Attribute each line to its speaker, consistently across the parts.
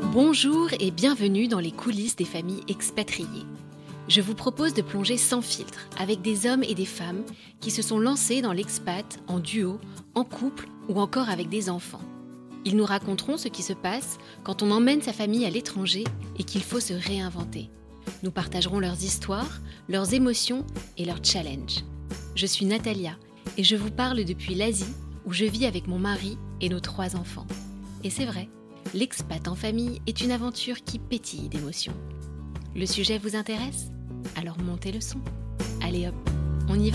Speaker 1: Bonjour et bienvenue dans les coulisses des familles expatriées. Je vous propose de plonger sans filtre avec des hommes et des femmes qui se sont lancés dans l'expat en duo, en couple ou encore avec des enfants. Ils nous raconteront ce qui se passe quand on emmène sa famille à l'étranger et qu'il faut se réinventer. Nous partagerons leurs histoires, leurs émotions et leurs challenges. Je suis Natalia et je vous parle depuis l'Asie où je vis avec mon mari et nos 3 enfants. Et c'est vrai, l'expat en famille est une aventure qui pétille d'émotions. Le sujet vous intéresse ? Alors montez le son. Allez hop, on y va ?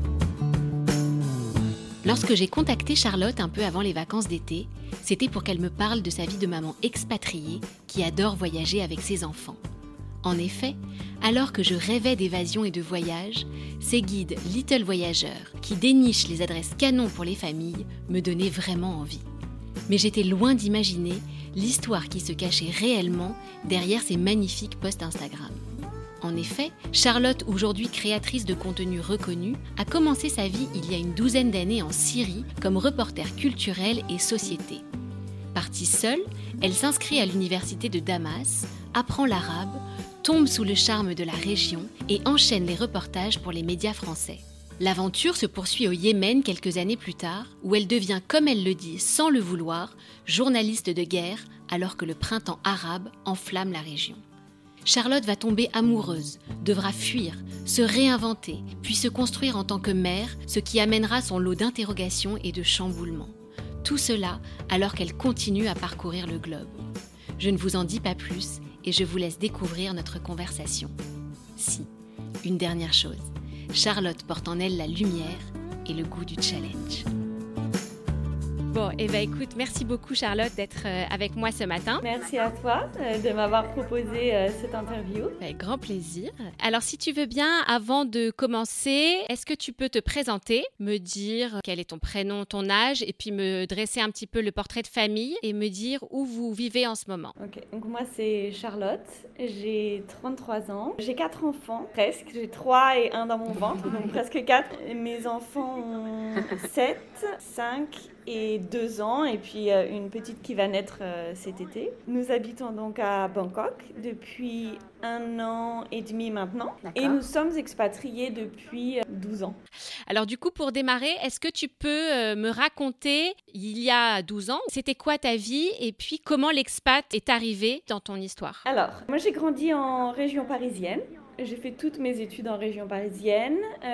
Speaker 1: Lorsque j'ai contacté Charlotte un peu avant les vacances d'été, c'était pour qu'elle me parle de sa vie de maman expatriée qui adore voyager avec ses enfants. En effet, alors que je rêvais d'évasion et de voyage, ces guides Little Voyageurs, qui dénichent les adresses canons pour les familles, me donnaient vraiment envie. Mais j'étais loin d'imaginer l'histoire qui se cachait réellement derrière ces magnifiques posts Instagram. En effet, Charlotte, aujourd'hui créatrice de contenu reconnu, a commencé sa vie il y a une 12aine d'années en Syrie comme reporter culturel et société. Partie seule, elle s'inscrit à l'université de Damas, apprend l'arabe, tombe sous le charme de la région et enchaîne les reportages pour les médias français. L'aventure se poursuit au Yémen quelques années plus tard, où elle devient, comme elle le dit sans le vouloir, journaliste de guerre alors que le printemps arabe enflamme la région. Charlotte va tomber amoureuse, devra fuir, se réinventer, puis se construire en tant que mère, ce qui amènera son lot d'interrogations et de chamboulements. Tout cela alors qu'elle continue à parcourir le globe. Je ne vous en dis pas plus et je vous laisse découvrir notre conversation. Si, une dernière chose, Charlotte porte en elle la lumière et le goût du challenge. Bon, écoute, merci beaucoup Charlotte d'être avec moi ce matin.
Speaker 2: Merci à toi de m'avoir proposé cette interview.
Speaker 1: Avec grand plaisir. Alors si tu veux bien, avant de commencer, est-ce que tu peux te présenter, me dire quel est ton prénom, ton âge, et puis me dresser un petit peu le portrait de famille et me dire où vous vivez en ce moment.
Speaker 2: Ok, donc moi c'est Charlotte, j'ai 33 ans, j'ai 4 enfants, presque, j'ai 3 et 1 dans mon ventre, donc presque 4. Mes enfants ont 7, 5 et 2 ans, et puis une petite qui va naître cet été. Nous habitons donc à Bangkok depuis 1 an et demi maintenant. D'accord. Et nous sommes expatriés depuis 12 ans.
Speaker 1: Alors du coup, pour démarrer, est-ce que tu peux me raconter, il y a 12 ans, c'était quoi ta vie et puis comment l'expat est arrivé dans ton histoire ?
Speaker 2: Alors, moi j'ai grandi en région parisienne. J'ai fait toutes mes études en région parisienne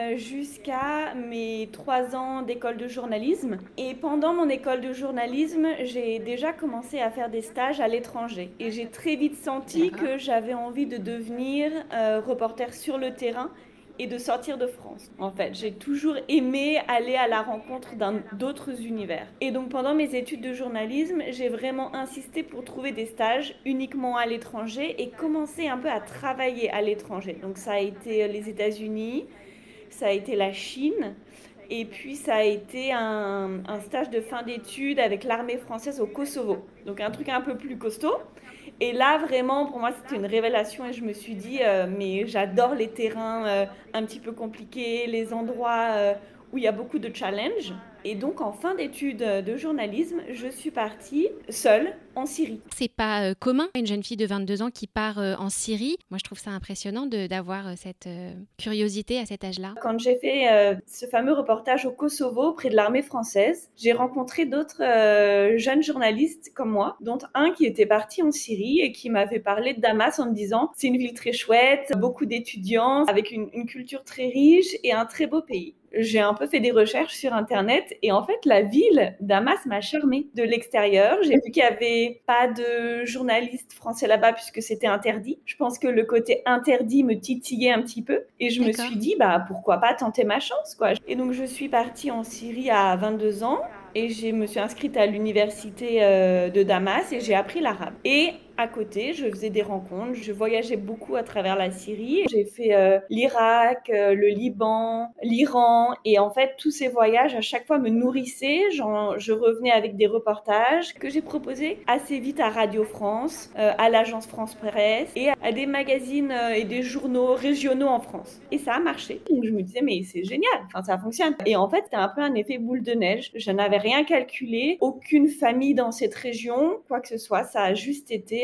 Speaker 2: jusqu'à mes 3 ans d'école de journalisme. Et pendant mon école de journalisme, j'ai déjà commencé à faire des stages à l'étranger. Et j'ai très vite senti que j'avais envie de devenir reporter sur le terrain et de sortir de France. En fait, j'ai toujours aimé aller à la rencontre d'autres univers. Et donc pendant mes études de journalisme, j'ai vraiment insisté pour trouver des stages uniquement à l'étranger et commencer un peu à travailler à l'étranger. Donc ça a été les États-Unis, ça a été la Chine, et puis ça a été un stage de fin d'études avec l'armée française au Kosovo. Donc un truc un peu plus costaud. Et là, vraiment, pour moi, c'était une révélation et je me suis dit, mais j'adore les terrains un petit peu compliqués, les endroits où il y a beaucoup de challenges. Et donc, en fin d'études de journalisme, je suis partie seule en Syrie.
Speaker 1: C'est pas commun, une jeune fille de 22 ans qui part en Syrie. Moi, je trouve ça impressionnant d'avoir cette curiosité à cet âge-là.
Speaker 2: Quand j'ai fait ce fameux reportage au Kosovo, près de l'armée française, j'ai rencontré d'autres jeunes journalistes comme moi, dont un qui était parti en Syrie et qui m'avait parlé de Damas en me disant « c'est une ville très chouette, beaucoup d'étudiants, avec une culture très riche et un très beau pays ». J'ai un peu fait des recherches sur Internet et en fait, la ville, Damas, m'a charmée. De l'extérieur, j'ai vu qu'il n'y avait pas de journalistes français là-bas puisque c'était interdit. Je pense que le côté interdit me titillait un petit peu et je me suis dit, pourquoi pas tenter ma chance, quoi. Et donc, je suis partie en Syrie à 22 ans et je me suis inscrite à l'université de Damas et j'ai appris l'arabe. Et à côté, je faisais des rencontres, je voyageais beaucoup à travers la Syrie. J'ai fait l'Irak, le Liban, l'Iran. Et en fait, tous ces voyages, à chaque fois, me nourrissaient. Je revenais avec des reportages que j'ai proposés assez vite à Radio France, à l'agence France Presse et à des magazines et des journaux régionaux en France. Et ça a marché. Donc je me disais, mais c'est génial, ça fonctionne. Et en fait, c'était un peu un effet boule de neige. Je n'avais rien calculé, aucune famille dans cette région, quoi que ce soit. Ça a juste été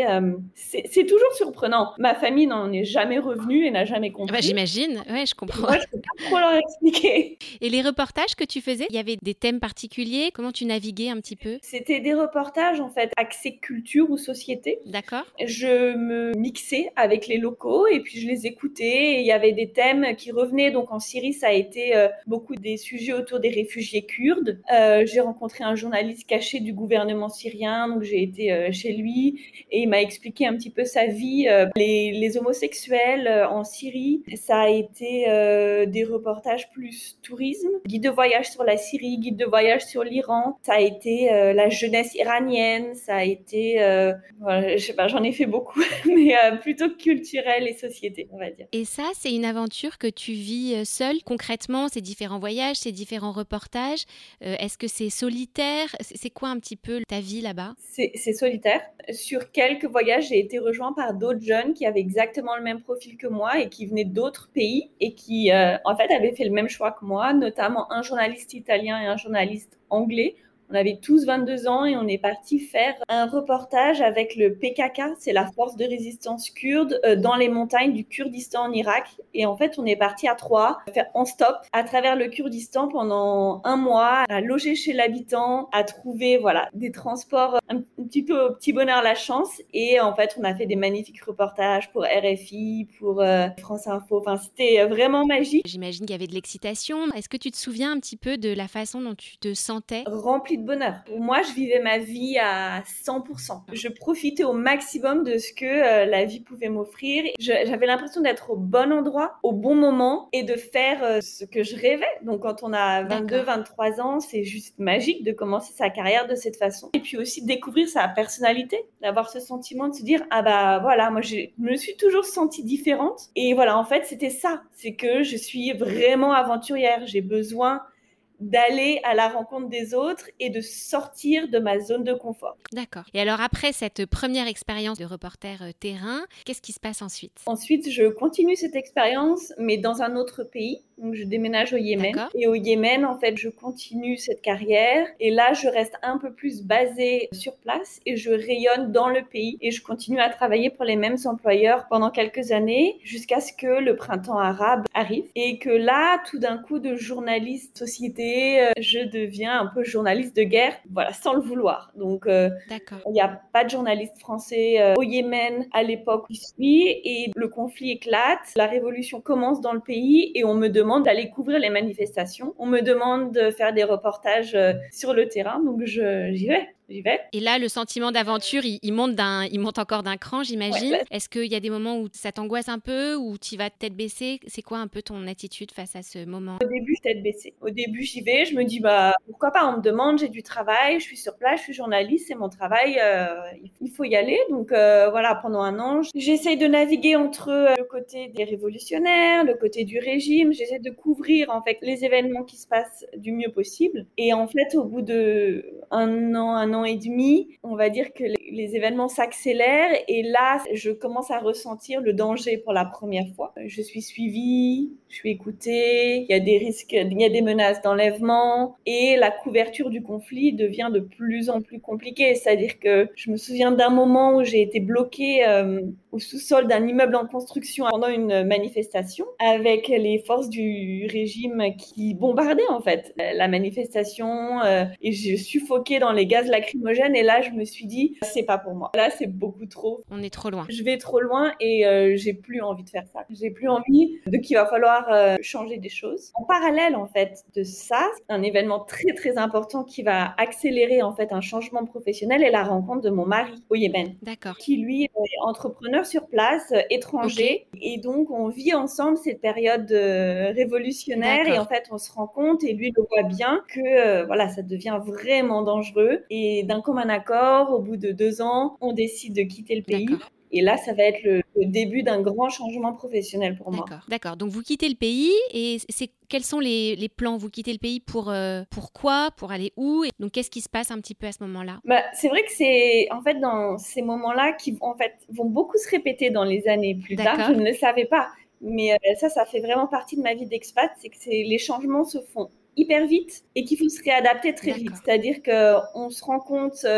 Speaker 2: c'est toujours surprenant. Ma famille n'en est jamais revenue et n'a jamais
Speaker 1: Ah bah,
Speaker 2: compris.
Speaker 1: j'imagine, ouais, je comprends.
Speaker 2: Moi, je peux pas trop leur expliquer.
Speaker 1: Et les reportages que tu faisais, il y avait des thèmes particuliers? Comment tu naviguais un petit peu?
Speaker 2: C'était des reportages, en fait, axés culture ou société.
Speaker 1: D'accord.
Speaker 2: Je me mixais avec les locaux et puis je les écoutais. Et il y avait des thèmes qui revenaient. Donc en Syrie, ça a été beaucoup des sujets autour des réfugiés kurdes. J'ai rencontré un journaliste caché du gouvernement syrien, donc j'ai été chez lui et il m'a expliqué un petit peu sa vie. Les homosexuels en Syrie, ça a été des reportages plus tourisme, guide de voyage sur la Syrie, guide de voyage sur l'Iran. Ça a été la jeunesse iranienne, ça a été, voilà, je sais pas, j'en ai fait beaucoup, mais plutôt culturel et société, on va dire.
Speaker 1: Et ça, c'est une aventure que tu vis seule, concrètement, ces différents voyages, ces différents reportages. Est-ce que c'est solitaire? C'est quoi un petit peu ta vie là-bas?
Speaker 2: C'est solitaire. Sur quelques voyages, j'ai été rejoint par d'autres jeunes qui avaient exactement le même profil que moi et qui venaient d'autres pays et qui, en fait, avaient fait le même choix que moi, notamment un journaliste italien et un journaliste anglais. On avait tous 22 ans et on est parti faire un reportage avec le PKK, c'est la force de résistance kurde, dans les montagnes du Kurdistan en Irak. Et en fait, on est parti à trois, faire en stop à travers le Kurdistan pendant un mois, à loger chez l'habitant, à trouver voilà des transports un petit peu au petit bonheur la chance. Et en fait, on a fait des magnifiques reportages pour RFI, pour France Info. Enfin, c'était vraiment magique.
Speaker 1: J'imagine qu'il y avait de l'excitation. Est-ce que tu te souviens un petit peu de la façon dont tu te sentais?
Speaker 2: Remplie de bonheur. Pour moi, je vivais ma vie à 100%. Je profitais au maximum de ce que la vie pouvait m'offrir. J'avais l'impression d'être au bon endroit, au bon moment et de faire ce que je rêvais. Donc, quand on a 22,
Speaker 1: D'accord.
Speaker 2: 23 ans, c'est juste magique de commencer sa carrière de cette façon. Et puis aussi de découvrir sa personnalité, d'avoir ce sentiment de se dire, ah bah voilà, moi je me suis toujours sentie différente. Et voilà, en fait, c'était ça. C'est que je suis vraiment aventurière. J'ai besoin d'aller à la rencontre des autres et de sortir de ma zone de confort.
Speaker 1: D'accord. Et alors après cette première expérience de reporter terrain, qu'est-ce qui se passe ensuite?
Speaker 2: Ensuite, je continue cette expérience, mais dans un autre pays. Donc, je déménage au Yémen.
Speaker 1: D'accord.
Speaker 2: Et au Yémen, en fait, je continue cette carrière. Et là, je reste un peu plus basée sur place et je rayonne dans le pays. Et je continue à travailler pour les mêmes employeurs pendant quelques années jusqu'à ce que le printemps arabe arrive. Et que là, tout d'un coup, de journaliste société, je deviens un peu journaliste de guerre, voilà, sans le vouloir. Donc,
Speaker 1: D'accord.
Speaker 2: il n'y a pas de journaliste français au Yémen à l'époque où je suis et le conflit éclate, la révolution commence dans le pays et on me demande d'aller couvrir les manifestations. On me demande de faire des reportages sur le terrain, donc j'y vais. J'y vais.
Speaker 1: Et là, le sentiment d'aventure, il monte encore d'un cran,
Speaker 2: Ouais,
Speaker 1: j'imagine.
Speaker 2: là,
Speaker 1: Est-ce qu'il y a des moments où ça t'angoisse un peu, où tu vas tête baissée? C'est quoi un peu ton attitude face à ce moment?
Speaker 2: au début, tête baissée. Au début, j'y vais, je me dis, bah, pourquoi pas, on me demande, j'ai du travail, je suis sur place, je suis journaliste, c'est mon travail, il faut y aller. Donc voilà, pendant un an, j'essaye de naviguer entre le côté des révolutionnaires, le côté du régime, j'essaie de couvrir en fait les événements qui se passent du mieux possible. Et en fait, au bout de un an et demi, on va dire que les événements s'accélèrent et là, je commence à ressentir le danger pour la première fois. Je suis suivie, je suis écoutée, il y a des risques, il y a des menaces d'enlèvement et la couverture du conflit devient de plus en plus compliquée. C'est-à-dire que je me souviens d'un moment où j'ai été bloquée au sous-sol d'un immeuble en construction pendant une manifestation avec les forces du régime qui bombardaient en fait la manifestation et je suffoquais dans les gaz lacrymogènes et là je me suis dit c'est pas pour moi. Là c'est beaucoup trop.
Speaker 1: On est trop loin.
Speaker 2: Je vais trop loin et j'ai plus envie de faire ça. J'ai plus envie de qu'il va falloir changer des choses. En parallèle en fait de ça, un événement très très important qui va accélérer en fait un changement professionnel est la rencontre de mon mari au Yémen
Speaker 1: D'accord.
Speaker 2: qui lui est entrepreneur sur place, étranger.
Speaker 1: Ok.
Speaker 2: Et donc, on vit ensemble cette période révolutionnaire et en
Speaker 1: D'accord.
Speaker 2: fait, on se rend compte et lui le voit bien que voilà, ça devient vraiment dangereux. Et d'un commun accord, au bout de 2 ans, on décide de quitter le pays.
Speaker 1: D'accord.
Speaker 2: Et là, ça va être le début d'un grand changement professionnel pour moi.
Speaker 1: D'accord. D'accord. Donc vous quittez le pays et quels sont les plans? Vous quittez le pays pour quoi? Pour aller où? Et donc qu'est-ce qui se passe un petit peu à ce moment-là?
Speaker 2: Bah, c'est vrai que c'est en fait dans ces moments-là qui en fait vont beaucoup se répéter dans les années plus tard. Je
Speaker 1: D'accord.
Speaker 2: ne le savais pas, mais ça fait vraiment partie de ma vie d'expat, c'est que les changements se font hyper vite et qu'il faut se réadapter très vite.
Speaker 1: D'accord.
Speaker 2: C'est-à-dire que on se rend compte,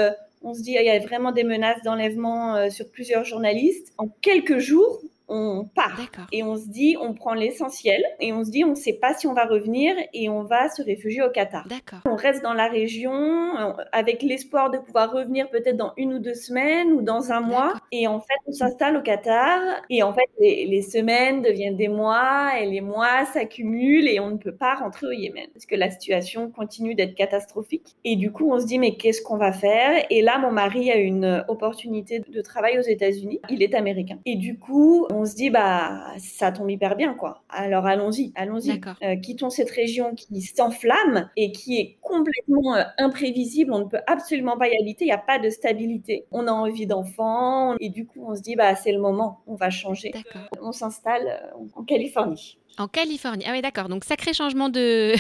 Speaker 2: On se dit, il y a vraiment des menaces d'enlèvement sur plusieurs journalistes. En quelques jours, on part.
Speaker 1: D'accord.
Speaker 2: Et on se dit, on prend l'essentiel et on se dit, on ne sait pas si on va revenir et on va se réfugier au Qatar.
Speaker 1: D'accord.
Speaker 2: On reste dans la région avec l'espoir de pouvoir revenir peut-être dans 1 ou 2 semaines ou dans un mois.
Speaker 1: D'accord.
Speaker 2: Et en fait, on s'installe au Qatar et en fait, les semaines deviennent des mois et les mois s'accumulent et on ne peut pas rentrer au Yémen parce que la situation continue d'être catastrophique. Et du coup, on se dit, mais qu'est-ce qu'on va faire? Et là, mon mari a une opportunité de travail aux États-Unis. Il est américain. Et du coup, on se dit, bah, ça tombe hyper bien, quoi. Alors allons-y.
Speaker 1: D'accord.
Speaker 2: Quittons cette région qui s'enflamme et qui est complètement imprévisible. On ne peut absolument pas y habiter. Il n'y a pas de stabilité. On a envie d'enfants et du coup, on se dit, bah, c'est le moment. On va changer.
Speaker 1: D'accord.
Speaker 2: On s'installe en Californie.
Speaker 1: En Californie. Ah oui, d'accord. Donc, sacré changement de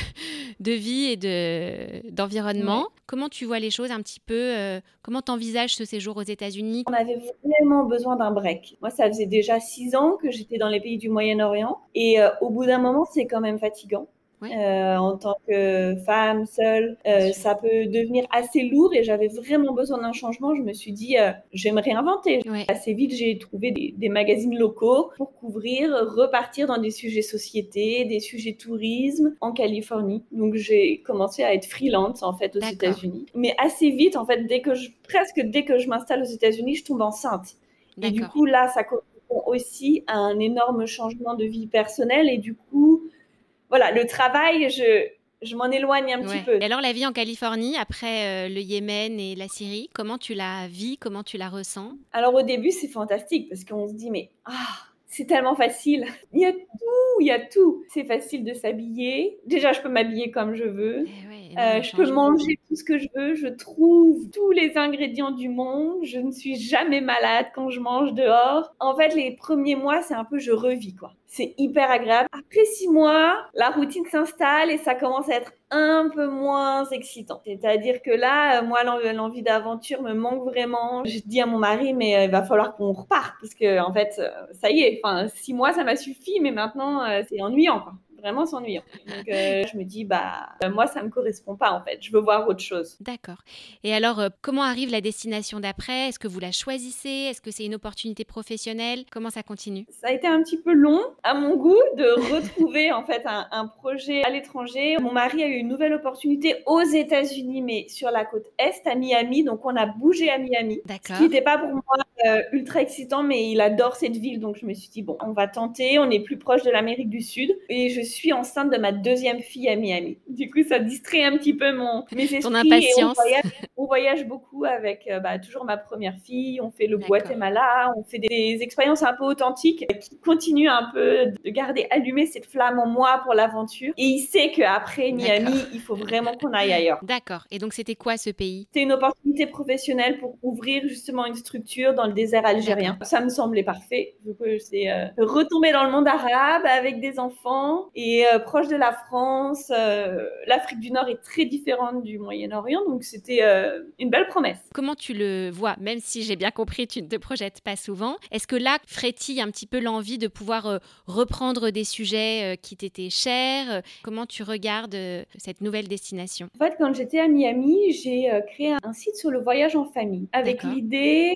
Speaker 1: vie et d'environnement.
Speaker 2: Ouais.
Speaker 1: Comment tu vois les choses un petit peu comment t'envisages ce séjour aux États-Unis?
Speaker 2: On avait vraiment besoin d'un break. Moi, ça faisait déjà 6 ans que j'étais dans les pays du Moyen-Orient et au bout d'un moment, c'est quand même fatigant.
Speaker 1: Ouais.
Speaker 2: En tant que femme seule,
Speaker 1: Bien sûr.
Speaker 2: ça peut devenir assez lourd et j'avais vraiment besoin d'un changement. Je me suis dit, je vais me réinventer.
Speaker 1: Ouais.
Speaker 2: Assez vite, j'ai trouvé des magazines locaux pour couvrir, repartir dans des sujets société, des sujets tourisme en Californie. Donc, j'ai commencé à être freelance en fait aux
Speaker 1: D'accord.
Speaker 2: États-Unis. Mais assez vite, en fait, presque dès que je m'installe aux États-Unis, je tombe enceinte. Et du
Speaker 1: D'accord.
Speaker 2: coup, là, ça correspond aussi à un énorme changement de vie personnelle et du coup, voilà, le travail, je m'en éloigne un petit
Speaker 1: Ouais.
Speaker 2: peu.
Speaker 1: Et alors, la vie en Californie, après le Yémen et la Syrie, comment tu la vis? Comment tu la ressens?
Speaker 2: Alors au début, c'est fantastique parce qu'on se dit, mais c'est tellement facile. Il y a tout, il y a tout. C'est facile de s'habiller. Déjà, je peux m'habiller comme je veux.
Speaker 1: Eh ouais, énorme
Speaker 2: Je peux
Speaker 1: changement.
Speaker 2: manger tout ce que je veux. Je trouve tous les ingrédients du monde. Je ne suis jamais malade quand je mange dehors. En fait, les premiers mois, c'est un peu je revis, quoi. C'est hyper agréable. Après 6 mois, la routine s'installe et ça commence à être un peu moins excitant. C'est-à-dire que là, moi, l'envie d'aventure me manque vraiment. Je dis à mon mari, mais il va falloir qu'on reparte parce que, en fait, ça y est, 6 mois, ça m'a suffi, mais maintenant, c'est ennuyant, quoi. Vraiment, c'est ennuyant. Donc, je me dis, moi, ça me correspond pas, en fait. Je veux voir autre chose.
Speaker 1: D'accord. Et alors, comment arrive la destination d'après? Est-ce que vous la choisissez? Est-ce que c'est une opportunité professionnelle? Comment ça continue?
Speaker 2: Ça a été un petit peu long, à mon goût, de retrouver en fait un projet à l'étranger. Mon mari a eu une nouvelle opportunité aux États-Unis, mais sur la côte Est, à Miami. Donc, on a bougé à Miami. Ce
Speaker 1: D'accord.
Speaker 2: qui n'était pas pour moi ultra excitant, mais il adore cette ville. Donc, je me suis dit, bon, on va tenter. On est plus proche de l'Amérique du Sud. Et je suis enceinte de ma deuxième fille à Miami. Du coup, ça distrait un petit peu mes esprits.
Speaker 1: Ton
Speaker 2: Et
Speaker 1: impatience.
Speaker 2: on voyage beaucoup avec toujours ma première fille. On fait le
Speaker 1: D'accord.
Speaker 2: Guatemala. On fait des expériences un peu authentiques qui continuent un peu de garder allumée cette flamme en moi pour l'aventure. Et il sait qu'après Miami,
Speaker 1: D'accord.
Speaker 2: il faut vraiment qu'on aille ailleurs.
Speaker 1: D'accord. Et donc, c'était quoi ce pays?
Speaker 2: C'est une opportunité professionnelle pour ouvrir justement une structure dans le désert algérien.
Speaker 1: D'accord.
Speaker 2: Ça me semblait parfait. Du coup, c'est retomber dans le monde arabe avec des enfants et proche de la France. L'Afrique du Nord est très différente du Moyen-Orient, donc c'était une belle promesse.
Speaker 1: Comment tu le vois? Même si j'ai bien compris, tu ne te projettes pas souvent. Est-ce que là, frétille un petit peu l'envie de pouvoir reprendre des sujets qui t'étaient chers? Comment tu regardes cette nouvelle destination?
Speaker 2: En fait, quand j'étais à Miami, j'ai créé un site sur le voyage en famille avec
Speaker 1: D'accord.
Speaker 2: l'idée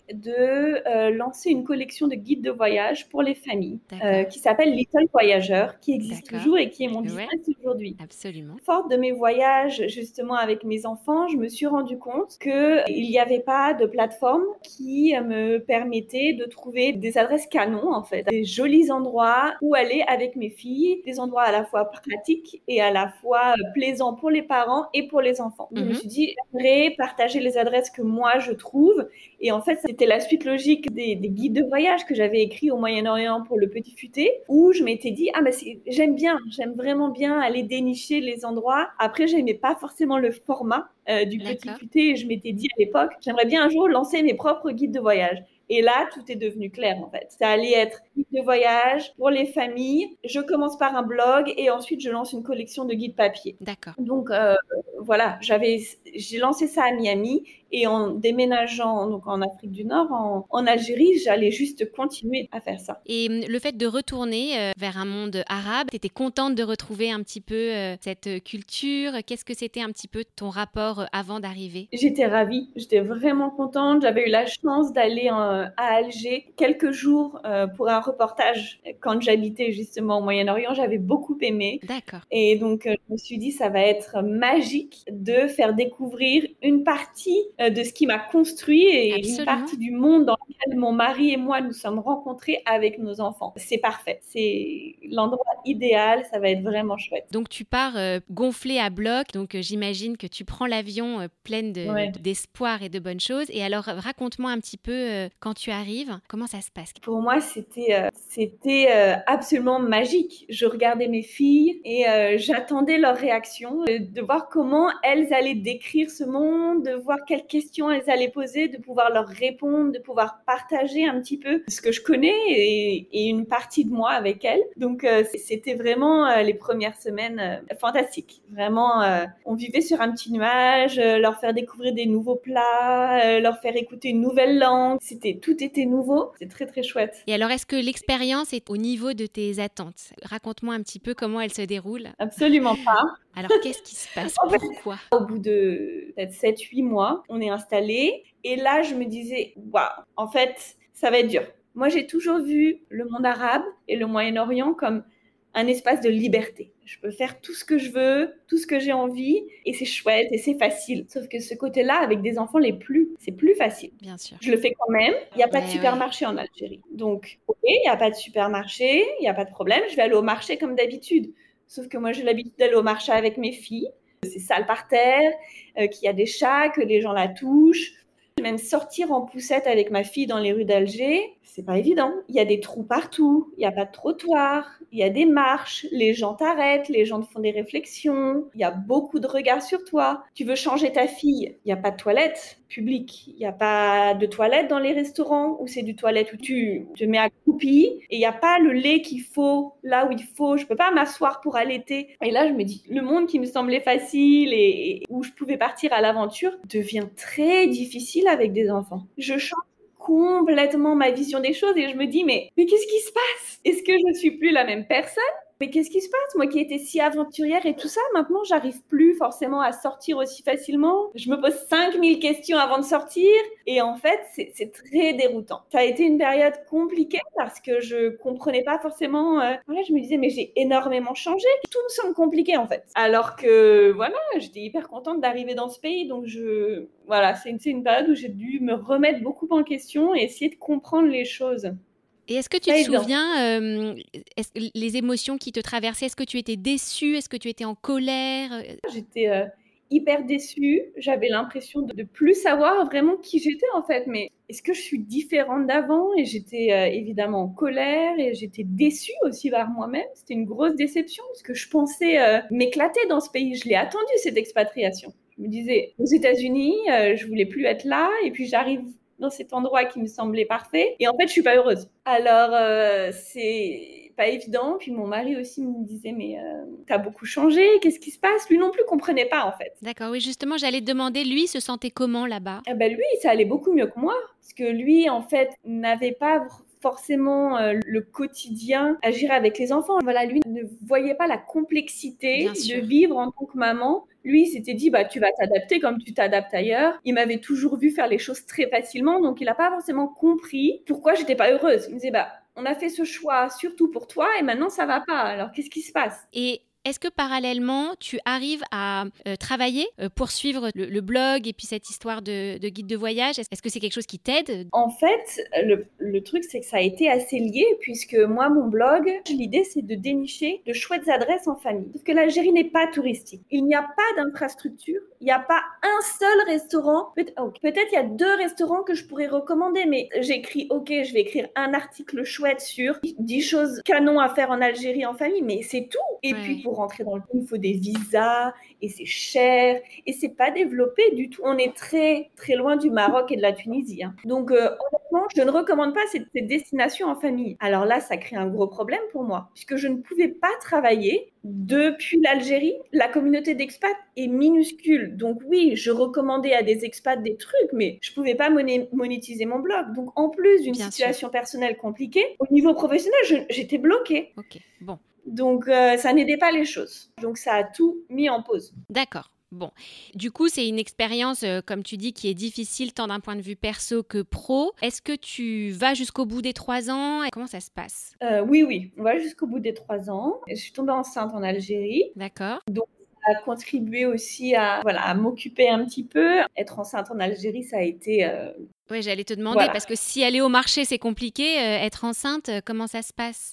Speaker 2: de lancer une collection de guides de voyage pour les familles
Speaker 1: D'accord.
Speaker 2: qui s'appelle Little Voyageur, qui existe
Speaker 1: D'accord.
Speaker 2: toujours et qui est mon
Speaker 1: Ouais.
Speaker 2: business aujourd'hui.
Speaker 1: Absolument.
Speaker 2: Forte de mes voyages justement avec mes enfants, je me suis rendu compte qu'il n'y avait pas de plateforme qui me permettait de trouver des adresses canons en fait, des jolis endroits où aller avec mes filles, des endroits à la fois pratiques et à la fois plaisants pour les parents et pour les enfants. Je me suis dit, j'aimerais partager les adresses que moi je trouve et en fait c'était la suite logique des guides de voyage que j'avais écrits au Moyen-Orient pour le Petit Futé où je m'étais dit, j'aime vraiment bien aller dénicher les endroits. Après, j'aimais pas forcément le format du Petit Futé et je m'étais dit à l'époque, j'aimerais bien un jour lancer mes propres guides de voyage. Et là, tout est devenu clair, en fait. Ça allait être guide de voyage pour les familles. Je commence par un blog et ensuite, je lance une collection de guides papier.
Speaker 1: D'accord.
Speaker 2: Donc, voilà, j'ai lancé ça à Miami et en déménageant donc en Afrique du Nord, en Algérie, j'allais juste continuer à faire ça.
Speaker 1: Et le fait de retourner vers un monde arabe, tu étais contente de retrouver un petit peu cette culture. Qu'est-ce que c'était un petit peu ton rapport avant d'arriver?
Speaker 2: J'étais ravie, j'étais vraiment contente. J'avais eu la chance d'aller à Alger quelques jours pour un reportage quand j'habitais justement au Moyen-Orient. J'avais beaucoup aimé.
Speaker 1: D'accord.
Speaker 2: Et donc, je me suis dit, ça va être magique de faire découvrir une partie de ce qui m'a construit et une
Speaker 1: Absolument.
Speaker 2: partie du monde dans lequel mon mari et moi nous sommes rencontrés avec nos enfants. C'est parfait. C'est l'endroit idéal. Ça va être vraiment chouette.
Speaker 1: Donc tu pars gonflé à bloc, donc j'imagine que tu prends l'avion pleine
Speaker 2: Ouais.
Speaker 1: d'espoir et de bonnes choses. Et alors raconte-moi un petit peu quand tu arrives, comment ça se passe?
Speaker 2: Pour moi, c'était absolument magique. Je regardais mes filles et j'attendais leur réaction, de voir comment elles allaient décrire ce monde, de voir quelles questions elles allaient poser, de pouvoir leur répondre, de pouvoir partager un petit peu ce que je connais et une partie de moi avec elles. Donc, c'était vraiment les premières semaines fantastiques. Vraiment, on vivait sur un petit nuage, leur faire découvrir des nouveaux plats, leur faire écouter une nouvelle langue. Tout était nouveau. C'est très, très chouette.
Speaker 1: Et alors, est-ce que l'expérience est au niveau de tes attentes? Raconte-moi un petit peu comment elle se déroule.
Speaker 2: Absolument pas.
Speaker 1: Alors, qu'est-ce qui se passe?
Speaker 2: En fait,
Speaker 1: Pourquoi?
Speaker 2: au bout de peut-être 7-8 mois, on est installés. Et là, je me disais, waouh, en fait, ça va être dur. Moi, j'ai toujours vu le monde arabe et le Moyen-Orient comme un espace de liberté. Je peux faire tout ce que je veux, tout ce que j'ai envie, et c'est chouette et c'est facile. Sauf que ce côté-là, avec des enfants, c'est plus facile.
Speaker 1: Bien sûr.
Speaker 2: Je le fais quand même. Il n'y a pas de
Speaker 1: Ouais.
Speaker 2: supermarché en Algérie. Donc, ok, il n'y a pas de supermarché, il n'y a pas de problème. Je vais aller au marché comme d'habitude. Sauf que moi, j'ai l'habitude d'aller au marché avec mes filles. C'est sale par terre, qu'il y a des chats, que les gens la touchent. Même sortir en poussette avec ma fille dans les rues d'Alger, c'est pas évident. Il y a des trous partout, il n'y a pas de trottoir, il y a des marches, les gens t'arrêtent, les gens te font des réflexions, il y a beaucoup de regards sur toi. Tu veux changer ta fille, il n'y a pas de toilette publique, il n'y a pas de toilette dans les restaurants où c'est du toilette où tu te mets accroupi et il n'y a pas le lait qu'il faut là où il faut. Je peux pas m'asseoir pour allaiter. Et là, je me dis, le monde qui me semblait facile et où je pouvais partir à l'aventure devient très difficile avec des enfants. Je change complètement ma vision des choses et je me dis, mais qu'est-ce qui se passe? Est-ce que je ne suis plus la même personne? Mais qu'est-ce qui se passe? Moi qui étais si aventurière et tout ça, maintenant, j'arrive plus forcément à sortir aussi facilement. Je me pose 5000 questions avant de sortir. Et en fait, c'est très déroutant. Ça a été une période compliquée parce que je comprenais pas forcément. Voilà, je me disais, mais j'ai énormément changé. Tout me semble compliqué en fait. Alors que voilà, j'étais hyper contente d'arriver dans ce pays. Donc voilà, c'est une période où j'ai dû me remettre beaucoup en question et essayer de comprendre les choses.
Speaker 1: Et est-ce que tu te souviens les émotions qui te traversaient? Est-ce que tu étais déçue? Est-ce que tu étais en colère?
Speaker 2: J'étais hyper déçue. J'avais l'impression de plus savoir vraiment qui j'étais en fait. Mais est-ce que je suis différente d'avant? Et j'étais évidemment en colère et j'étais déçue aussi par moi-même. C'était une grosse déception parce que je pensais m'éclater dans ce pays. Je l'ai attendu cette expatriation. Je me disais aux États-Unis, je voulais plus être là et puis j'arrive dans cet endroit qui me semblait parfait. Et en fait, je suis pas heureuse. Alors, c'est pas évident. Puis mon mari aussi me disait, mais t'as beaucoup changé, qu'est-ce qui se passe? Lui non plus comprenait pas, en fait.
Speaker 1: D'accord, oui, justement, j'allais te demander, lui, il se sentait comment là-bas?
Speaker 2: Eh ben lui, ça allait beaucoup mieux que moi. Parce que lui, en fait, n'avait pas forcément le quotidien agir avec les enfants. Voilà, lui ne voyait pas la complexité de vivre en tant que maman. Lui, il s'était dit, bah, tu vas t'adapter comme tu t'adaptes ailleurs. Il m'avait toujours vu faire les choses très facilement, donc il n'a pas forcément compris pourquoi j'étais pas heureuse. Il me disait, bah, on a fait ce choix surtout pour toi et maintenant ça va pas. Alors qu'est-ce qui se passe?
Speaker 1: Et est-ce que parallèlement, tu arrives à travailler, poursuivre le blog et puis cette histoire de guide de voyage? Est-ce que c'est quelque chose qui t'aide?
Speaker 2: En fait, le truc, c'est que ça a été assez lié puisque moi, mon blog, l'idée, c'est de dénicher de chouettes adresses en famille. Sauf que l'Algérie n'est pas touristique. Il n'y a pas d'infrastructure. Il n'y a pas un seul restaurant. Peut-être il y a 2 restaurants que je pourrais recommander, mais j'écris, ok, je vais écrire un article chouette sur 10 choses canon à faire en Algérie en famille, mais c'est tout. Et puis pour pour rentrer dans le pays, il faut des visas et c'est cher et c'est pas développé du tout. On est très, très loin du Maroc et de la Tunisie, hein. Donc, honnêtement, je ne recommande pas ces destinations en famille. Alors là, ça crée un gros problème pour moi puisque je ne pouvais pas travailler depuis l'Algérie. La communauté d'expats est minuscule. Donc oui, je recommandais à des expats des trucs, mais je pouvais pas monétiser mon blog. Donc en plus d'une
Speaker 1: Bien sûr.
Speaker 2: situation personnelle compliquée, au niveau professionnel, j'étais bloquée.
Speaker 1: Ok, bon,
Speaker 2: Donc ça n'aidait pas les choses. Donc ça a tout mis en pause.
Speaker 1: d'accord. Bon, du coup, c'est une expérience, comme tu dis, qui est difficile tant d'un point de vue perso que pro. Est-ce que tu vas jusqu'au bout des 3 ans? Comment ça se passe?
Speaker 2: Oui, on va jusqu'au bout des 3 ans. Je suis tombée enceinte en Algérie.
Speaker 1: D'accord.
Speaker 2: Donc ça a contribué aussi à m'occuper un petit peu. Être enceinte en Algérie, ça a été...
Speaker 1: Oui, j'allais te demander,
Speaker 2: Voilà.
Speaker 1: parce que si aller au marché, c'est compliqué, être enceinte, comment ça se passe?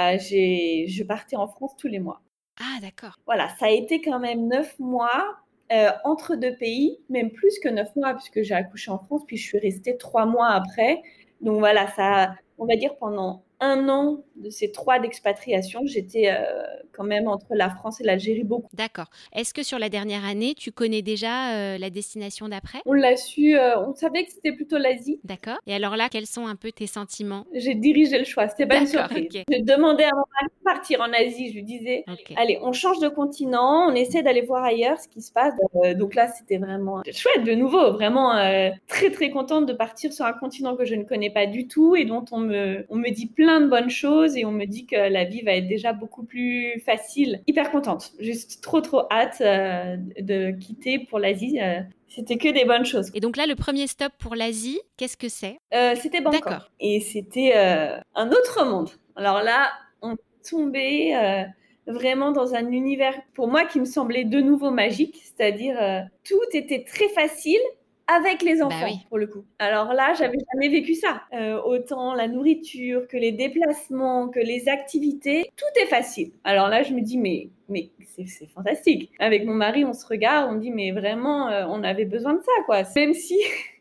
Speaker 2: Je partais en France tous les mois.
Speaker 1: Ah, d'accord.
Speaker 2: Voilà, ça a été quand même 9 mois entre 2 pays, même plus que 9 mois puisque j'ai accouché en France, puis je suis restée 3 mois après. Donc voilà, on va dire pendant 1 an de ces 3 d'expatriation, j'étais quand même entre la France et l'Algérie beaucoup.
Speaker 1: D'accord. Est-ce que sur la dernière année, tu connais déjà la destination d'après?
Speaker 2: On l'a su, on savait que c'était plutôt l'Asie.
Speaker 1: D'accord. Et alors là, quels sont un peu tes sentiments?
Speaker 2: J'ai dirigé le choix, c'était pas une
Speaker 1: D'accord,
Speaker 2: surprise.
Speaker 1: ok.
Speaker 2: J'ai demandé à mon mari de partir en Asie, je lui disais:
Speaker 1: Ok.
Speaker 2: «Allez, on change de continent, on essaie d'aller voir ailleurs ce qui se passe». Donc là, c'était vraiment chouette de nouveau, vraiment, très, très contente de partir sur un continent que je ne connais pas du tout et dont on me dit plein de bonnes choses et on me dit que la vie va être déjà beaucoup plus facile. Hyper contente, juste trop, trop hâte, de quitter pour l'Asie, c'était que des bonnes choses.
Speaker 1: Et donc là, le premier stop pour l'Asie, qu'est-ce que c'est?
Speaker 2: C'était Bangkok.
Speaker 1: D'accord.
Speaker 2: Et c'était un autre monde. Alors là, on est tombé vraiment dans un univers, pour moi, qui me semblait de nouveau magique. C'est-à-dire, tout était très facile avec les
Speaker 1: Bah
Speaker 2: enfants,
Speaker 1: oui.
Speaker 2: pour le coup. Alors là, j'avais jamais vécu ça. Autant la nourriture que les déplacements, que les activités, tout est facile. Alors là, je me dis, mais c'est fantastique. Avec mon mari, on se regarde, on dit, mais vraiment, on avait besoin de ça, quoi. Même si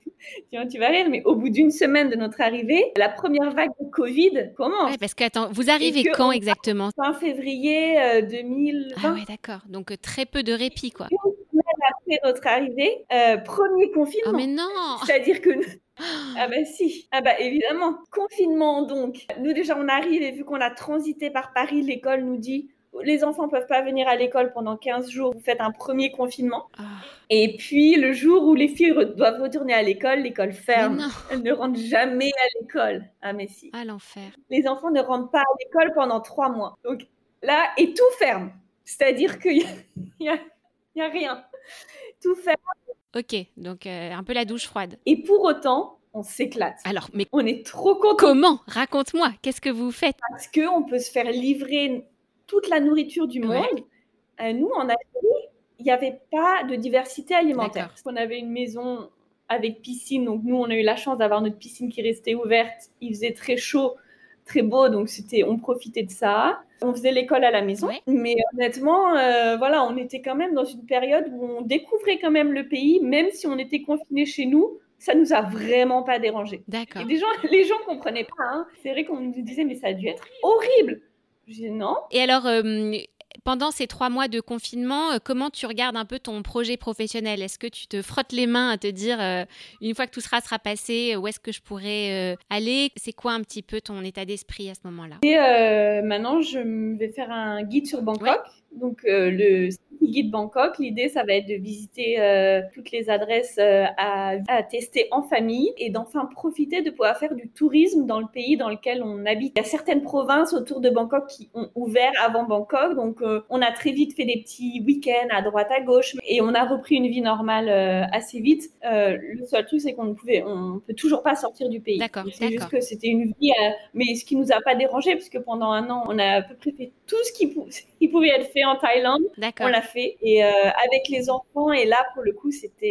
Speaker 2: tu vas rire, mais au bout d'une semaine de notre arrivée, la première vague de Covid commence.
Speaker 1: Ouais, parce que, attends, vous
Speaker 2: Et
Speaker 1: arrivez
Speaker 2: que
Speaker 1: quand
Speaker 2: on
Speaker 1: exactement?
Speaker 2: fin février
Speaker 1: Ah
Speaker 2: 2020,
Speaker 1: ouais, d'accord. Donc très peu de répit, quoi.
Speaker 2: une semaine après notre arrivée, premier
Speaker 1: Oh mais
Speaker 2: confinement.
Speaker 1: non!
Speaker 2: C'est-à-dire que ah bah si, ah bah évidemment. Confinement donc. Nous déjà on arrive et vu qu'on a transité par Paris, l'école nous dit: «Les enfants peuvent pas venir à l'école pendant 15 jours, vous faites un premier confinement».
Speaker 1: Ah,
Speaker 2: Et puis le jour où les filles doivent retourner à l'école
Speaker 1: mais
Speaker 2: ferme.
Speaker 1: non!
Speaker 2: Elles ne rentrent jamais à l'école. Ah mais si.
Speaker 1: Ah, l'enfer.
Speaker 2: Les enfants ne rentrent pas à l'école pendant 3 mois. Donc là, et tout ferme. C'est-à-dire qu'il y a, il y a rien. Tout ferme.
Speaker 1: Ok, donc un peu la douche froide.
Speaker 2: Et pour autant, on s'éclate.
Speaker 1: Alors, mais
Speaker 2: On est trop contents
Speaker 1: comment? Raconte-moi, qu'est-ce que vous faites?
Speaker 2: parce qu'on peut se faire livrer toute la nourriture du monde.
Speaker 1: Ouais,
Speaker 2: Nous, en Algérie, il n'y avait pas de diversité alimentaire.
Speaker 1: d'accord.
Speaker 2: Parce qu'on avait une maison avec piscine, donc nous, on a eu la chance d'avoir notre piscine qui restait ouverte. Il faisait très chaud, très beau, donc on profitait de ça. On faisait l'école à la maison,
Speaker 1: Ouais,
Speaker 2: mais honnêtement, voilà, on était quand même dans une période où on découvrait quand même le pays, même si on était confinés chez nous. Ça nous a vraiment pas dérangé. Et
Speaker 1: d'accord.
Speaker 2: les gens comprenaient pas, hein. C'est vrai qu'on nous disait, mais ça a dû être horrible. Je disais non.
Speaker 1: Et alors, pendant ces 3 mois de confinement, comment tu regardes un peu ton projet professionnel? Est-ce que tu te frottes les mains à te dire, une fois que tout sera passé, où est-ce que je pourrais aller? C'est quoi un petit peu ton état d'esprit à ce moment-là?
Speaker 2: Et maintenant, je vais faire un guide sur
Speaker 1: Ouais,
Speaker 2: Bangkok. Donc, le City Guide Bangkok, l'idée, ça va être de visiter toutes les adresses à tester en famille et d'enfin profiter de pouvoir faire du tourisme dans le pays dans lequel on habite. Il y a certaines provinces autour de Bangkok qui ont ouvert avant Bangkok. Donc, on a très vite fait des petits week-ends à droite, à gauche et on a repris une vie normale assez vite. Le seul truc, c'est on peut toujours pas sortir du pays.
Speaker 1: d'accord,
Speaker 2: Donc, c'est juste
Speaker 1: d'accord,
Speaker 2: que c'était une vie, mais ce qui nous a pas dérangé, parce que pendant 1 an, on a à peu près fait tout ce qui pouvait être fait en Thaïlande. On
Speaker 1: d'accord,
Speaker 2: l'a fait. Et avec les enfants, et là, pour le coup,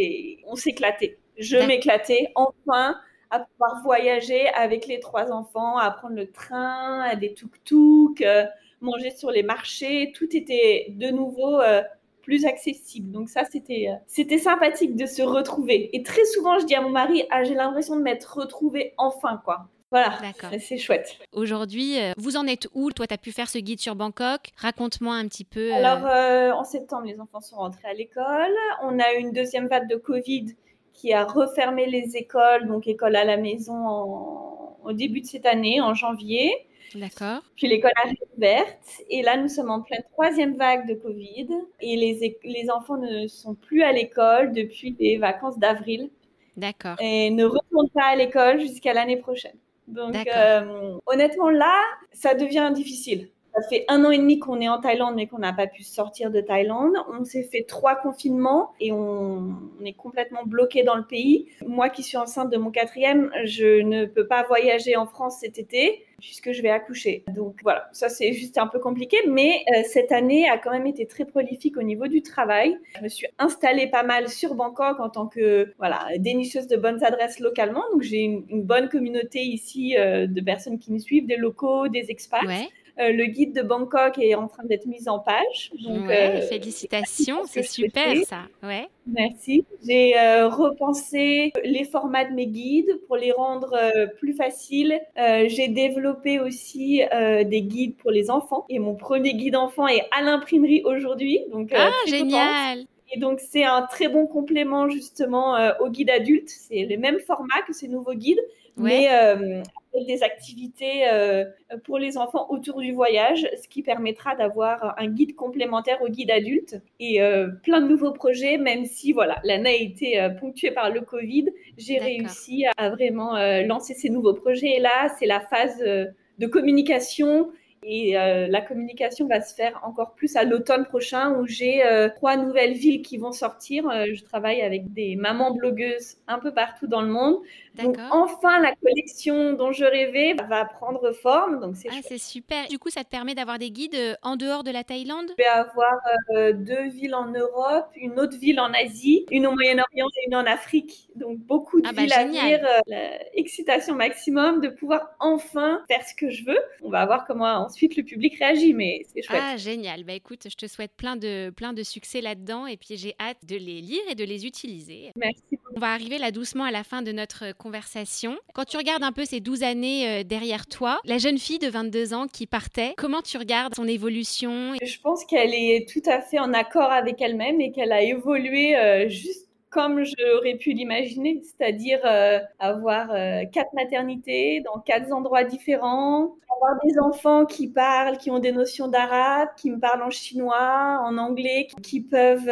Speaker 2: on s'éclatait. Je
Speaker 1: d'ac
Speaker 2: m'éclatais enfin à pouvoir voyager avec les 3 enfants, à prendre le train, à des tuk-tuk, manger sur les marchés. Tout était de nouveau plus accessible. Donc ça, c'était sympathique de se retrouver. Et très souvent, je dis à mon mari, ah, j'ai l'impression de m'être retrouvée enfin, quoi. Voilà,
Speaker 1: D'accord.
Speaker 2: c'est chouette.
Speaker 1: Aujourd'hui, vous en êtes où? Toi, tu as pu faire ce guide sur Bangkok. Raconte-moi un petit peu.
Speaker 2: Alors, en septembre, les enfants sont rentrés à l'école. On a eu une deuxième vague de Covid qui a refermé les écoles, donc école à la maison au début de cette année, en janvier.
Speaker 1: D'accord.
Speaker 2: Puis l'école a réouvert. Et là, nous sommes en pleine troisième vague de Covid. Et les enfants ne sont plus à l'école depuis les vacances d'avril.
Speaker 1: D'accord.
Speaker 2: Et ne retournent pas à l'école jusqu'à l'année prochaine. Donc, honnêtement, là, ça devient difficile. Ça fait 1 an et demi qu'on est en Thaïlande, mais qu'on n'a pas pu sortir de Thaïlande. On s'est fait 3 confinements et on est complètement bloqué dans le pays. Moi qui suis enceinte de mon 4e, je ne peux pas voyager en France cet été puisque je vais accoucher. Donc voilà, ça c'est juste un peu compliqué, mais cette année a quand même été très prolifique au niveau du travail. Je me suis installée pas mal sur Bangkok en tant que dénicheuse de bonnes adresses localement. Donc j'ai une bonne communauté ici de personnes qui me suivent, des locaux, des expats.
Speaker 1: Ouais.
Speaker 2: Le guide de Bangkok est en train d'être mis en page. Donc,
Speaker 1: félicitations, c'est super ça. Ouais.
Speaker 2: Merci. J'ai repensé les formats de mes guides pour les rendre plus faciles. J'ai développé aussi des guides pour les enfants. Et mon premier guide enfant est à l'imprimerie aujourd'hui. Donc, très
Speaker 1: génial!
Speaker 2: contente. Et donc, c'est un très bon complément justement au guide adulte. C'est le même format que ces nouveaux guides, mais avec des activités pour les enfants autour du voyage, ce qui permettra d'avoir un guide complémentaire au guide adulte et plein de nouveaux projets, même si l'année a été ponctuée par le Covid, j'ai réussi à vraiment lancer ces nouveaux projets. Et là, c'est la phase de communication. Et la communication va se faire encore plus à l'automne prochain où j'ai 3 nouvelles villes qui vont sortir. Je travaille avec des mamans blogueuses un peu partout dans le monde. Donc enfin, la collection dont je rêvais va prendre forme. Donc c'est chouette.
Speaker 1: C'est super. Du coup, ça te permet d'avoir des guides en dehors de la Thaïlande?
Speaker 2: Je vais avoir 2 villes en Europe, une autre ville en Asie, une au Moyen-Orient et une en Afrique. Donc beaucoup de villes à venir. Excitation maximum de pouvoir enfin faire ce que je veux. On va voir comment ensuite le public réagit, mais c'est chouette.
Speaker 1: Génial. Écoute, je te souhaite plein de succès là-dedans et puis j'ai hâte de les lire et de les utiliser.
Speaker 2: Merci beaucoup.
Speaker 1: On va arriver là doucement à la fin de notre conversation. Quand tu regardes un peu ces 12 années derrière toi, la jeune fille de 22 ans qui partait, comment tu regardes son évolution?
Speaker 2: Je pense qu'elle est tout à fait en accord avec elle-même et qu'elle a évolué juste comme j'aurais pu l'imaginer, c'est-à-dire avoir 4 maternités dans 4 endroits différents, avoir des enfants qui parlent, qui ont des notions d'arabe, qui me parlent en chinois, en anglais, qui peuvent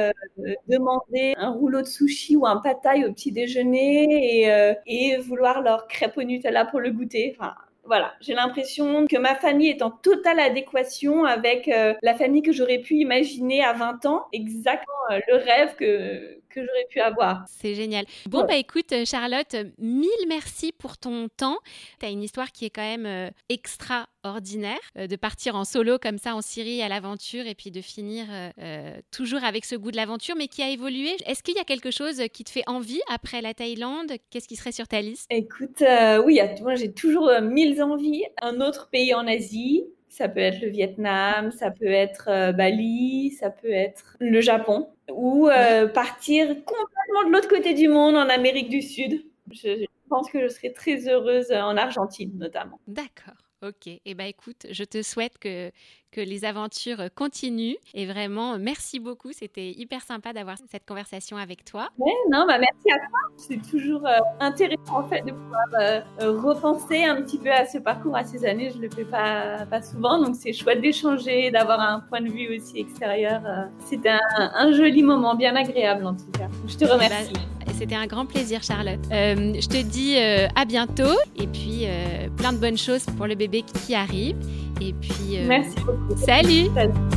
Speaker 2: demander un rouleau de sushi ou un pad thaï au petit déjeuner et vouloir leur crêpe au Nutella pour le goûter. Enfin, voilà, j'ai l'impression que ma famille est en totale adéquation avec la famille que j'aurais pu imaginer à 20 ans, exactement le rêve que j'aurais pu avoir.
Speaker 1: C'est génial. Bon, écoute, Charlotte, 1000 merci pour ton temps. Tu as une histoire qui est quand même extraordinaire, de partir en solo comme ça en Syrie à l'aventure et puis de finir toujours avec ce goût de l'aventure, mais qui a évolué. Est-ce qu'il y a quelque chose qui te fait envie après la Thaïlande? Qu'est-ce qui serait sur ta liste?
Speaker 2: Écoute, oui, moi j'ai toujours 1000 envies. Un autre pays en Asie. Ça peut être le Vietnam, ça peut être Bali, ça peut être le Japon. Ou partir complètement de l'autre côté du monde, en Amérique du Sud. Je pense que je serais très heureuse en Argentine, notamment.
Speaker 1: D'accord. Ok. Écoute, je te souhaite que les aventures continuent. Et vraiment, merci beaucoup. C'était hyper sympa d'avoir cette conversation avec toi.
Speaker 2: Merci à toi. C'est toujours intéressant en fait de pouvoir repenser un petit peu à ce parcours, à ces années. Je le fais pas souvent, donc c'est chouette d'échanger, d'avoir un point de vue aussi extérieur. C'était un joli moment, bien agréable en tout cas. Je te remercie.
Speaker 1: C'était un grand plaisir, Charlotte. Je te dis à bientôt et puis plein de bonnes choses pour le bébé qui arrive. Et puis,
Speaker 2: merci beaucoup.
Speaker 1: Salut.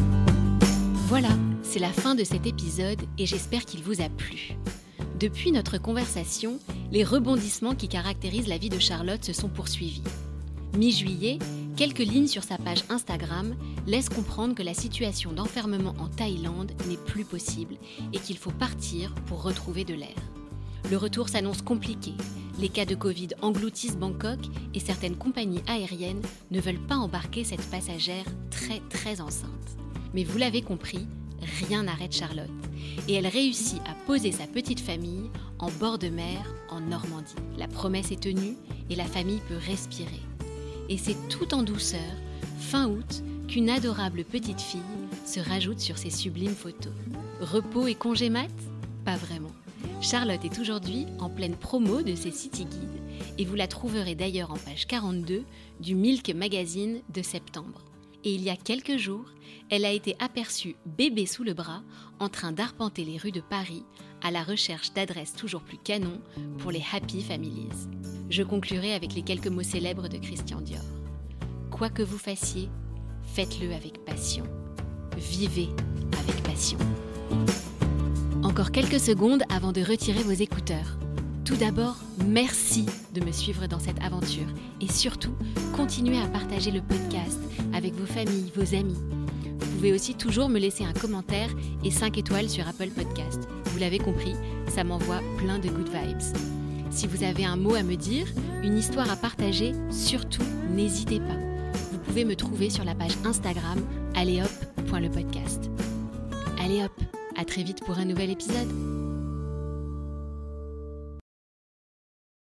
Speaker 1: Voilà, c'est la fin de cet épisode et j'espère qu'il vous a plu. Depuis notre conversation, les rebondissements qui caractérisent la vie de Charlotte se sont poursuivis. Mi-juillet, quelques lignes sur sa page Instagram laissent comprendre que la situation d'enfermement en Thaïlande n'est plus possible et qu'il faut partir pour retrouver de l'air. Le retour s'annonce compliqué. Les cas de Covid engloutissent Bangkok et certaines compagnies aériennes ne veulent pas embarquer cette passagère très enceinte. Mais vous l'avez compris, rien n'arrête Charlotte et elle réussit à poser sa petite famille en bord de mer en Normandie. La promesse est tenue et la famille peut respirer. Et c'est tout en douceur, fin août, qu'une adorable petite fille se rajoute sur ces sublimes photos. Repos et congé mat ? Pas vraiment. Charlotte est aujourd'hui en pleine promo de ses City Guides et vous la trouverez d'ailleurs en page 42 du Milk Magazine de septembre. Et il y a quelques jours, elle a été aperçue bébé sous le bras en train d'arpenter les rues de Paris à la recherche d'adresses toujours plus canon pour les Happy Families. Je conclurai avec les quelques mots célèbres de Christian Dior. Quoi que vous fassiez, faites-le avec passion. Vivez avec passion. Encore quelques secondes avant de retirer vos écouteurs. Tout d'abord, merci de me suivre dans cette aventure et surtout, continuez à partager le podcast avec vos familles, vos amis. Vous pouvez aussi toujours me laisser un commentaire et 5 étoiles sur Apple Podcast. Vous l'avez compris, ça m'envoie plein de good vibes. Si vous avez un mot à me dire, une histoire à partager, surtout, n'hésitez pas. Vous pouvez me trouver sur la page Instagram alléehop.lepodcast. Allez hop, à très vite pour un nouvel épisode.